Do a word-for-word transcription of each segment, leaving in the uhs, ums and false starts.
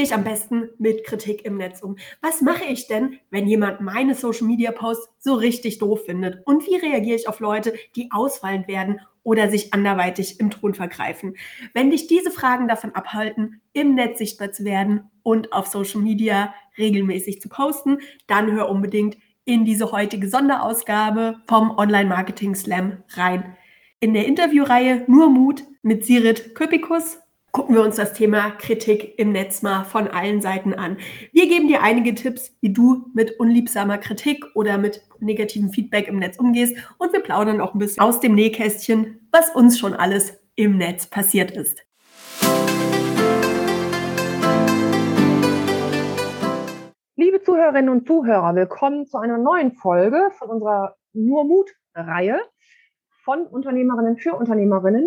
gehe ich am besten mit Kritik im Netz um? Was mache ich denn, wenn jemand meine Social-Media-Posts so richtig doof findet? Und wie reagiere ich auf Leute, die ausfallend werden oder sich anderweitig im Ton vergreifen? Wenn dich diese Fragen davon abhalten, im Netz sichtbar zu werden und auf Social Media regelmäßig zu posten, dann hör unbedingt in diese heutige Sonderausgabe vom Online-Marketing-Slam rein. In der Interviewreihe Nur Mut mit Sirit Köpikus gucken wir uns das Thema Kritik im Netz mal von allen Seiten an. Wir geben dir einige Tipps, wie du mit unliebsamer Kritik oder mit negativem Feedback im Netz umgehst, und wir plaudern auch ein bisschen aus dem Nähkästchen, was uns schon alles im Netz passiert ist. Liebe Zuhörerinnen und Zuhörer, willkommen zu einer neuen Folge von unserer Nur Mut-Reihe von Unternehmerinnen für Unternehmerinnen.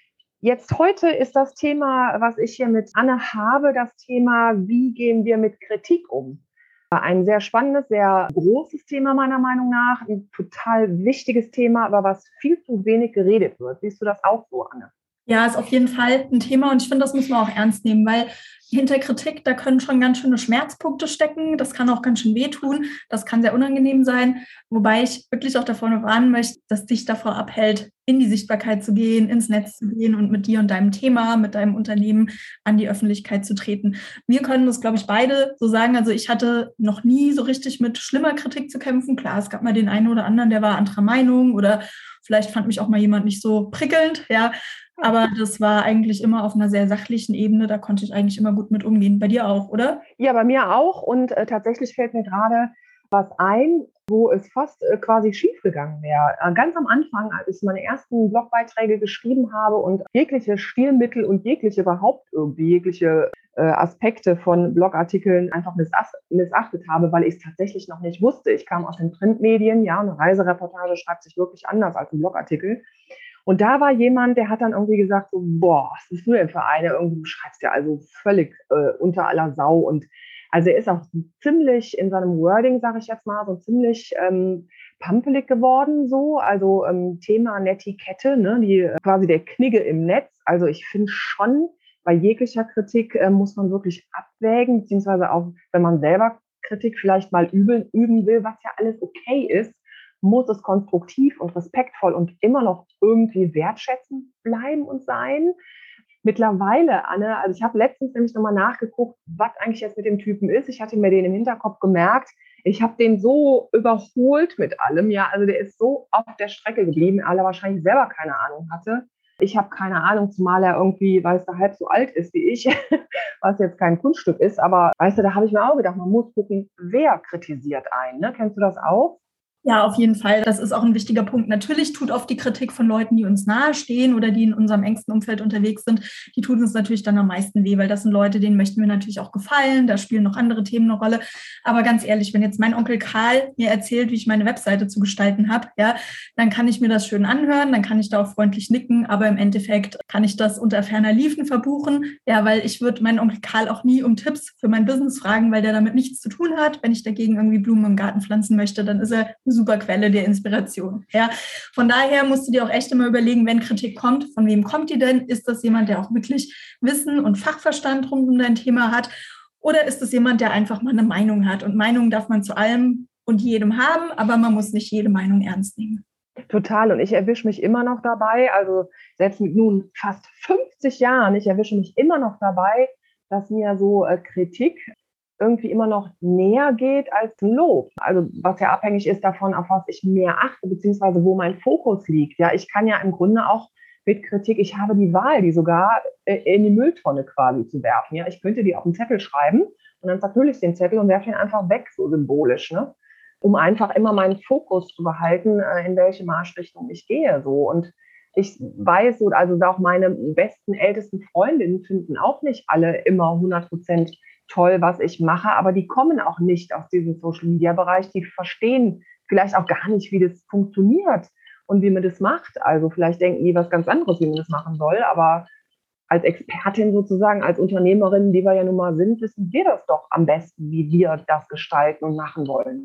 Jetzt heute ist das Thema, was ich hier mit Anne habe, das Thema, wie gehen wir mit Kritik um? Ein sehr spannendes, sehr großes Thema meiner Meinung nach, ein total wichtiges Thema, aber was viel zu wenig geredet wird. Siehst du das auch so, Anne? Ja, ist auf jeden Fall ein Thema und ich finde, das muss man auch ernst nehmen, weil hinter Kritik, da können schon ganz schöne Schmerzpunkte stecken. Das kann auch ganz schön wehtun. Das kann sehr unangenehm sein. Wobei ich wirklich auch davor warnen möchte, dass dich davor abhält, in die Sichtbarkeit zu gehen, ins Netz zu gehen und mit dir und deinem Thema, mit deinem Unternehmen an die Öffentlichkeit zu treten. Wir können das, glaube ich, beide so sagen. Also ich hatte noch nie so richtig mit schlimmer Kritik zu kämpfen. Klar, es gab mal den einen oder anderen, der war anderer Meinung oder vielleicht fand mich auch mal jemand nicht so prickelnd, ja. Aber das war eigentlich immer auf einer sehr sachlichen Ebene. Da konnte ich eigentlich immer gut mit umgehen. Bei dir auch, oder? Ja, bei mir auch. Und äh, tatsächlich fällt mir gerade was ein, wo es fast äh, quasi schiefgegangen wäre. Äh, ganz am Anfang, als ich meine ersten Blogbeiträge geschrieben habe und jegliche Stilmittel und jegliche überhaupt irgendwie jegliche äh, Aspekte von Blogartikeln einfach missach- missachtet habe, weil ich es tatsächlich noch nicht wusste. Ich kam aus den Printmedien, ja, eine Reisereportage schreibt sich wirklich anders als ein Blogartikel. Und da war jemand, der hat dann irgendwie gesagt, so, boah, was bist du denn für eine? Irgendwie, du schreibst ja also völlig äh, unter aller Sau. Und also er ist auch ziemlich in seinem Wording, sage ich jetzt mal, so ziemlich ähm, pampelig geworden, so. Also ähm, Thema Netiquette, ne, die äh, quasi der Knigge im Netz. Also ich finde schon, bei jeglicher Kritik äh, muss man wirklich abwägen, beziehungsweise auch, wenn man selber Kritik vielleicht mal üben, üben will, was ja alles okay ist, muss es konstruktiv und respektvoll und immer noch irgendwie wertschätzend bleiben und sein. Mittlerweile, Anne, also ich habe letztens nämlich nochmal nachgeguckt, was eigentlich jetzt mit dem Typen ist. Ich hatte mir den im Hinterkopf gemerkt. Ich habe den so überholt mit allem. Ja, also der ist so auf der Strecke geblieben, alle wahrscheinlich selber keine Ahnung hatte. Ich habe keine Ahnung, zumal er irgendwie, weißt du, halb so alt ist wie ich, was jetzt kein Kunststück ist. Aber weißt du, da habe ich mir auch gedacht, man muss gucken, wer kritisiert einen. Ne? Kennst du das auch? Ja, auf jeden Fall. Das ist auch ein wichtiger Punkt. Natürlich tut oft die Kritik von Leuten, die uns nahestehen oder die in unserem engsten Umfeld unterwegs sind, die tut uns natürlich dann am meisten weh, weil das sind Leute, denen möchten wir natürlich auch gefallen. Da spielen noch andere Themen eine Rolle. Aber ganz ehrlich, wenn jetzt mein Onkel Karl mir erzählt, wie ich meine Webseite zu gestalten habe, ja, dann kann ich mir das schön anhören, dann kann ich da auch freundlich nicken, aber im Endeffekt kann ich das unter ferner Liefen verbuchen, ja, weil ich würde meinen Onkel Karl auch nie um Tipps für mein Business fragen, weil der damit nichts zu tun hat. Wenn ich dagegen irgendwie Blumen im Garten pflanzen möchte, dann ist er super Quelle der Inspiration. Ja, von daher musst du dir auch echt immer überlegen, wenn Kritik kommt, von wem kommt die denn? Ist das jemand, der auch wirklich Wissen und Fachverstand rund um dein Thema hat? Oder ist es jemand, der einfach mal eine Meinung hat? Und Meinungen darf man zu allem und jedem haben, aber man muss nicht jede Meinung ernst nehmen. Total. Und ich erwische mich immer noch dabei, also selbst mit nun fast fünfzig Jahren, ich erwische mich immer noch dabei, dass mir so äh, Kritik irgendwie immer noch näher geht als ein Lob. Also was ja abhängig ist davon, auf was ich mehr achte, beziehungsweise wo mein Fokus liegt. Ja, ich kann ja im Grunde auch mit Kritik, ich habe die Wahl, die sogar in die Mülltonne quasi zu werfen. Ja, ich könnte die auf einen Zettel schreiben und dann verhülle ich den Zettel und werfe ihn einfach weg, so symbolisch, ne? Um einfach immer meinen Fokus zu behalten, in welche Marschrichtung ich gehe. So. Und ich weiß, also auch meine besten, ältesten Freundinnen finden auch nicht alle immer hundert Prozent toll, was ich mache, aber die kommen auch nicht aus diesem Social-Media-Bereich, die verstehen vielleicht auch gar nicht, wie das funktioniert und wie man das macht. Also vielleicht denken die was ganz anderes, wie man das machen soll, aber als Expertin sozusagen, als Unternehmerin, die wir ja nun mal sind, wissen wir das doch am besten, wie wir das gestalten und machen wollen.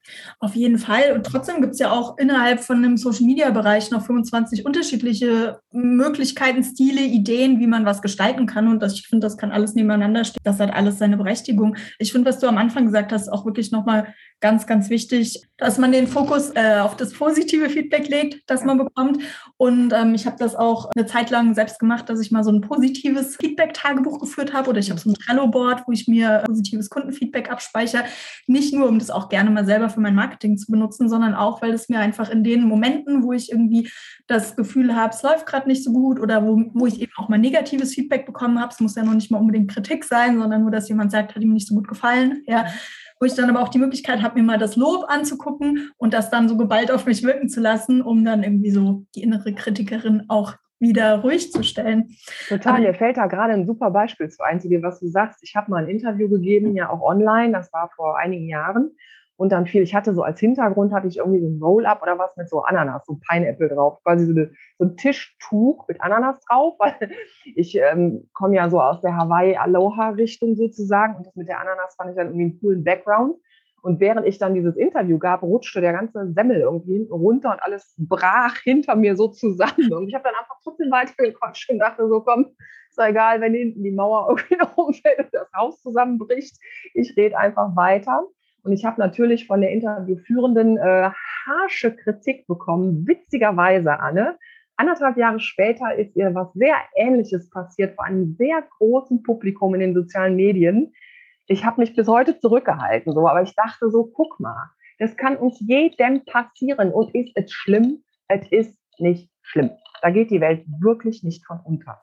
Auf jeden Fall. Und trotzdem gibt es ja auch innerhalb von einem Social-Media-Bereich noch fünfundzwanzig unterschiedliche Möglichkeiten, Stile, Ideen, wie man was gestalten kann. Und das, ich finde, das kann alles nebeneinander stehen. Das hat alles seine Berechtigung. Ich finde, was du am Anfang gesagt hast, auch wirklich nochmal ganz, ganz wichtig, dass man den Fokus äh, auf das positive Feedback legt, das man bekommt. Und ähm, ich habe das auch eine Zeit lang selbst gemacht, dass ich mal so ein positives Feedback-Tagebuch geführt habe. Oder ich habe so ein Trello-Board, wo ich mir positives Kundenfeedback abspeichere. Nicht nur, um das auch gerne mal selber für mein Marketing zu benutzen, sondern auch, weil es mir einfach in den Momenten, wo ich irgendwie das Gefühl habe, es läuft gerade nicht so gut oder wo, wo ich eben auch mal negatives Feedback bekommen habe, es muss ja noch nicht mal unbedingt Kritik sein, sondern nur, dass jemand sagt, hat ihm nicht so gut gefallen, ja, wo ich dann aber auch die Möglichkeit habe, mir mal das Lob anzugucken und das dann so geballt auf mich wirken zu lassen, um dann irgendwie so die innere Kritikerin auch wieder ruhig zu stellen. Total, aber mir fällt da gerade ein super Beispiel zu ein, zu dir, was du sagst. Ich habe mal ein Interview gegeben, ja auch online, das war vor einigen Jahren. Und dann viel, ich hatte so als Hintergrund, hatte ich irgendwie so ein Roll-Up oder was mit so Ananas, so Pineapple drauf, quasi so, eine, so ein Tischtuch mit Ananas drauf, weil ich ähm, komme ja so aus der Hawaii-Aloha-Richtung sozusagen und das mit der Ananas fand ich dann irgendwie einen coolen Background. Und während ich dann dieses Interview gab, rutschte der ganze Semmel irgendwie hinten runter und alles brach hinter mir so zusammen. Und ich habe dann einfach trotzdem weitergequatscht und dachte so, komm, ist doch egal, wenn hinten die Mauer irgendwie noch umfällt und das Haus zusammenbricht. Ich rede einfach weiter. Und ich habe natürlich von der Interviewführenden äh, harsche Kritik bekommen, witzigerweise, Anne. Anderthalb Jahre später ist ihr was sehr Ähnliches passiert, vor einem sehr großen Publikum in den sozialen Medien. Ich habe mich bis heute zurückgehalten, so, aber ich dachte so, guck mal, das kann uns jedem passieren. Und ist es schlimm? Es ist nicht schlimm. Da geht die Welt wirklich nicht von unter.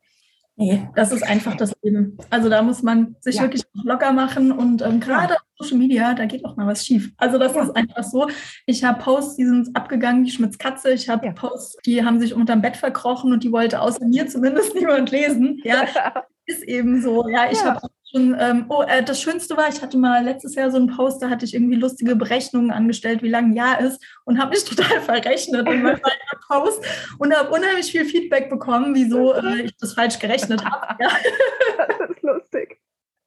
Nee, das ist einfach das Leben. Also da muss man sich ja. wirklich locker machen und ähm, gerade ja. auf Social Media, da geht auch mal was schief. Also das ja. ist einfach so. Ich habe Posts, die sind abgegangen wie Schmitz Katze. Ich habe ja. Posts, die haben sich unterm Bett verkrochen und die wollte außer mir zumindest niemand lesen. Ja, ist eben so. Ja, ich ja. habe schon, ähm, oh, äh, das Schönste war, ich hatte mal letztes Jahr so einen Post, da hatte ich irgendwie lustige Berechnungen angestellt, wie lang ein Jahr ist und habe mich total verrechnet in meinem Post und habe unheimlich viel Feedback bekommen, wieso äh, ich das falsch gerechnet habe. Ja. Das ist lustig.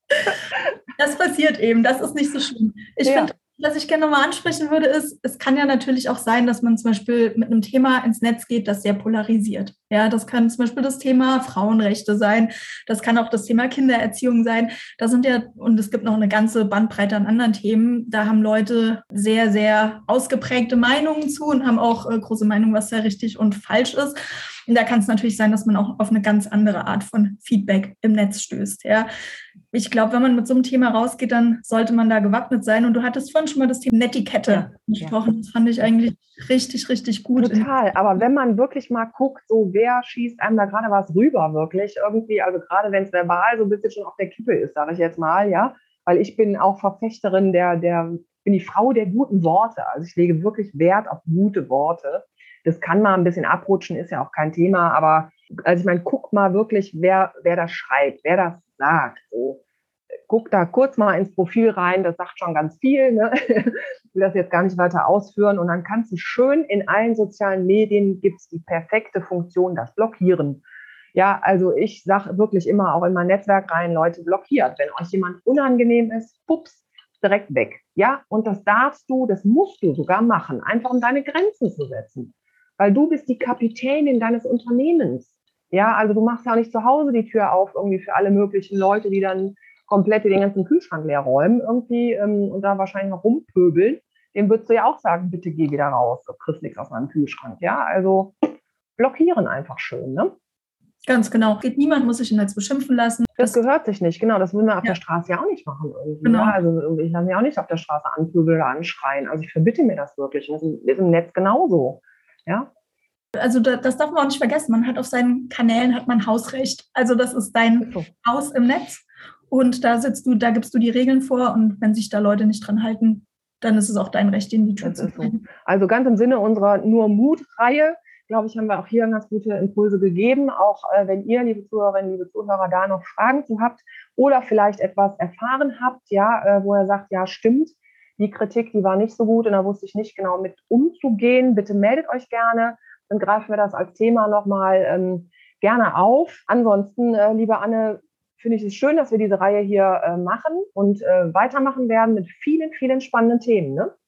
Das passiert eben, das ist nicht so schlimm. Ich ja. finde, was ich gerne nochmal ansprechen würde, ist, es kann ja natürlich auch sein, dass man zum Beispiel mit einem Thema ins Netz geht, das sehr polarisiert. Ja, das kann zum Beispiel das Thema Frauenrechte sein, das kann auch das Thema Kindererziehung sein. Da sind ja, und es gibt noch eine ganze Bandbreite an anderen Themen, da haben Leute sehr, sehr ausgeprägte Meinungen zu und haben auch äh, große Meinungen, was sehr richtig und falsch ist. Und da kann es natürlich sein, dass man auch auf eine ganz andere Art von Feedback im Netz stößt. Ja. Ich glaube, wenn man mit so einem Thema rausgeht, dann sollte man da gewappnet sein. Und du hattest vorhin schon mal das Thema Netiquette ja, gesprochen. Ja. Das fand ich eigentlich richtig, richtig gut. Total. Aber wenn man wirklich mal guckt, so wer schießt einem da gerade was rüber wirklich irgendwie, also gerade wenn es verbal so ein bisschen schon auf der Kippe ist, sage ich jetzt mal, ja, weil ich bin auch Verfechterin der, der, bin die Frau der guten Worte. Also ich lege wirklich Wert auf gute Worte. Das kann mal ein bisschen abrutschen, ist ja auch kein Thema, aber also ich meine, guck mal wirklich, wer, wer das schreibt, wer das sagt. So. Guck da kurz mal ins Profil rein, das sagt schon ganz viel. Ne? Ich will das jetzt gar nicht weiter ausführen. Und dann kannst du schön in allen sozialen Medien, gibt es die perfekte Funktion, das Blockieren. Ja, also ich sage wirklich immer auch in mein Netzwerk rein, Leute, blockiert. Wenn euch jemand unangenehm ist, pups, direkt weg. Ja, und das darfst du, das musst du sogar machen, einfach um deine Grenzen zu setzen. Weil du bist die Kapitänin deines Unternehmens. Ja, also du machst ja auch nicht zu Hause die Tür auf irgendwie für alle möglichen Leute, die dann komplett den ganzen Kühlschrank leer räumen irgendwie ähm, und da wahrscheinlich noch rumpöbeln. Dem würdest du ja auch sagen, bitte geh wieder raus, du kriegst nichts aus meinem Kühlschrank. Ja, also blockieren einfach schön, ne? Ganz genau. Geht niemand, muss sich im Netz beschimpfen lassen. Das, das gehört sich nicht, genau. Das würden wir auf ja. der Straße ja auch nicht machen irgendwie. Genau. Ja, also ich lasse mich auch nicht auf der Straße anpöbeln oder anschreien. Also ich verbitte mir das wirklich. Und das ist im Netz genauso. Ja. Also das darf man auch nicht vergessen. Man hat auf seinen Kanälen hat man Hausrecht. Also das ist dein so. Haus im Netz. Und da sitzt du, da gibst du die Regeln vor. Und wenn sich da Leute nicht dran halten, dann ist es auch dein Recht, in die Tür zu bringen. So. Also ganz im Sinne unserer Nur-Mut-Reihe, glaube ich, haben wir auch hier ganz gute Impulse gegeben. Auch äh, wenn ihr, liebe Zuhörerinnen, liebe Zuhörer, da noch Fragen zu habt oder vielleicht etwas erfahren habt, ja, äh, wo ihr sagt, ja, stimmt, die Kritik, die war nicht so gut und da wusste ich nicht genau mit umzugehen. Bitte meldet euch gerne, dann greifen wir das als Thema nochmal ähm, gerne auf. Ansonsten, äh, liebe Anne, finde ich es schön, dass wir diese Reihe hier äh, machen und äh, weitermachen werden mit vielen, vielen spannenden Themen, ne?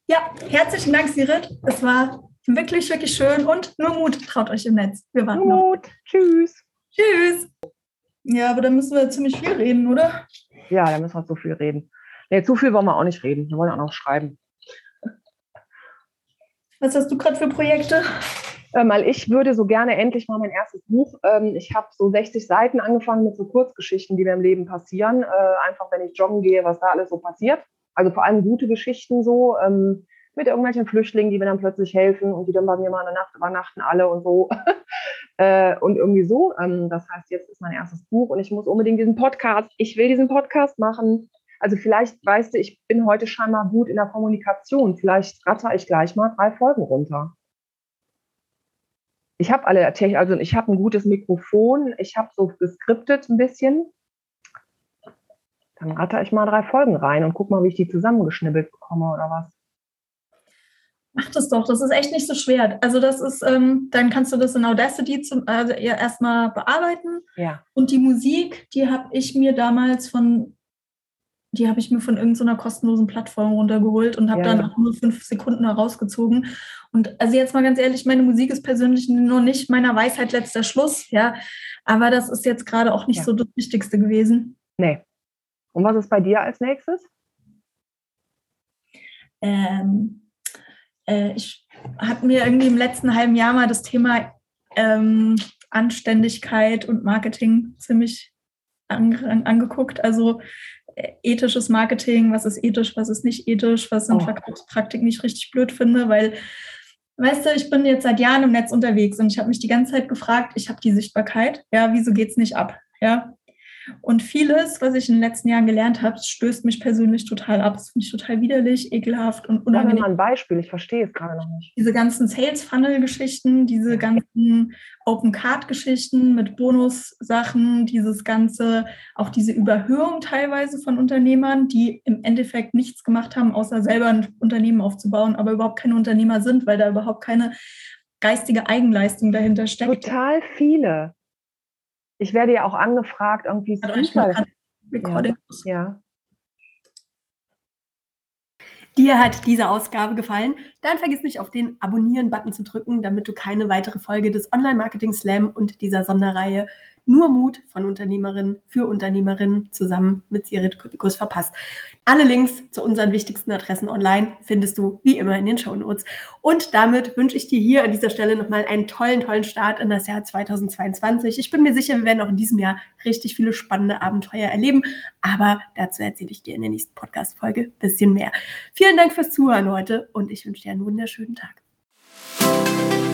Ja, herzlichen Dank, Sirit. Es war wirklich, wirklich schön und nur Mut, traut euch im Netz. Wir warten noch. Mut, tschüss. Tschüss. Ja, aber da müssen wir ziemlich viel reden, oder? Ja, da müssen wir zu viel reden. Nee, zu viel wollen wir auch nicht reden. Wir wollen auch noch schreiben. Was hast du gerade für Projekte? Ähm, weil ich würde so gerne endlich mal mein erstes Buch. Ähm, ich habe so sechzig Seiten angefangen mit so Kurzgeschichten, die mir im Leben passieren. Äh, einfach, wenn ich joggen gehe, was da alles so passiert. Also vor allem gute Geschichten so, ähm, mit irgendwelchen Flüchtlingen, die mir dann plötzlich helfen und die dann bei mir mal in der Nacht übernachten alle und so. äh, und irgendwie so. Ähm, das heißt, jetzt ist mein erstes Buch und ich muss unbedingt diesen Podcast, ich will diesen Podcast machen. Also vielleicht, weißt du, ich bin heute scheinbar gut in der Kommunikation. Vielleicht ratter ich gleich mal drei Folgen runter. Ich habe alle, also ich habe ein gutes Mikrofon, ich habe so geskriptet ein bisschen. Dann ratter ich mal drei Folgen rein und guck mal, wie ich die zusammengeschnibbelt bekomme oder was. Mach das doch, das ist echt nicht so schwer. Also das ist, ähm, dann kannst du das in Audacity zum, also erstmal bearbeiten. Ja. Und die Musik, die habe ich mir damals von, die habe ich mir von irgendeiner kostenlosen Plattform runtergeholt und habe Ja, dann ja. auch nur fünf Sekunden herausgezogen. Und also jetzt mal ganz ehrlich, meine Musik ist persönlich noch nicht meiner Weisheit letzter Schluss, ja. Aber das ist jetzt gerade auch nicht Ja. so das Wichtigste gewesen. Nee. Und was ist bei dir als nächstes? Ähm, äh, ich habe mir irgendwie im letzten halben Jahr mal das Thema ähm, Anständigkeit und Marketing ziemlich an, an, angeguckt. Also äh, ethisches Marketing, was ist ethisch, was ist nicht ethisch, was in Oh. Verkaufspraktiken nicht richtig blöd finde, weil, weißt du, ich bin jetzt seit Jahren im Netz unterwegs und ich habe mich die ganze Zeit gefragt, ich habe die Sichtbarkeit, ja, wieso geht es nicht ab, ja? Und vieles, was ich in den letzten Jahren gelernt habe, stößt mich persönlich total ab. Das finde ich total widerlich, ekelhaft und Sag mir unangenehm. mal ein Beispiel, ich verstehe es gerade noch nicht. Diese ganzen Sales-Funnel-Geschichten, diese ganzen Open-Card-Geschichten mit Bonussachen, dieses ganze, auch diese Überhöhung teilweise von Unternehmern, die im Endeffekt nichts gemacht haben, außer selber ein Unternehmen aufzubauen, aber überhaupt keine Unternehmer sind, weil da überhaupt keine geistige Eigenleistung dahinter steckt. Total viele. Ich werde ja auch angefragt, irgendwie Speaker. Recording. Ja. ja. Dir hat diese Ausgabe gefallen? Dann vergiss nicht auf den Abonnieren-Button zu drücken, damit du keine weitere Folge des Online-Marketing-Slam und dieser Sonderreihe Nur Mut von Unternehmerinnen für Unternehmerinnen zusammen mit Sirit Küppikus verpasst. Alle Links zu unseren wichtigsten Adressen online findest du wie immer in den Shownotes. Und damit wünsche ich dir hier an dieser Stelle nochmal einen tollen, tollen Start in das Jahr zweitausendzweiundzwanzig. Ich bin mir sicher, wir werden auch in diesem Jahr richtig viele spannende Abenteuer erleben, aber dazu erzähle ich dir in der nächsten Podcast-Folge ein bisschen mehr. Vielen Dank fürs Zuhören heute und ich wünsche dir einen wunderschönen Tag.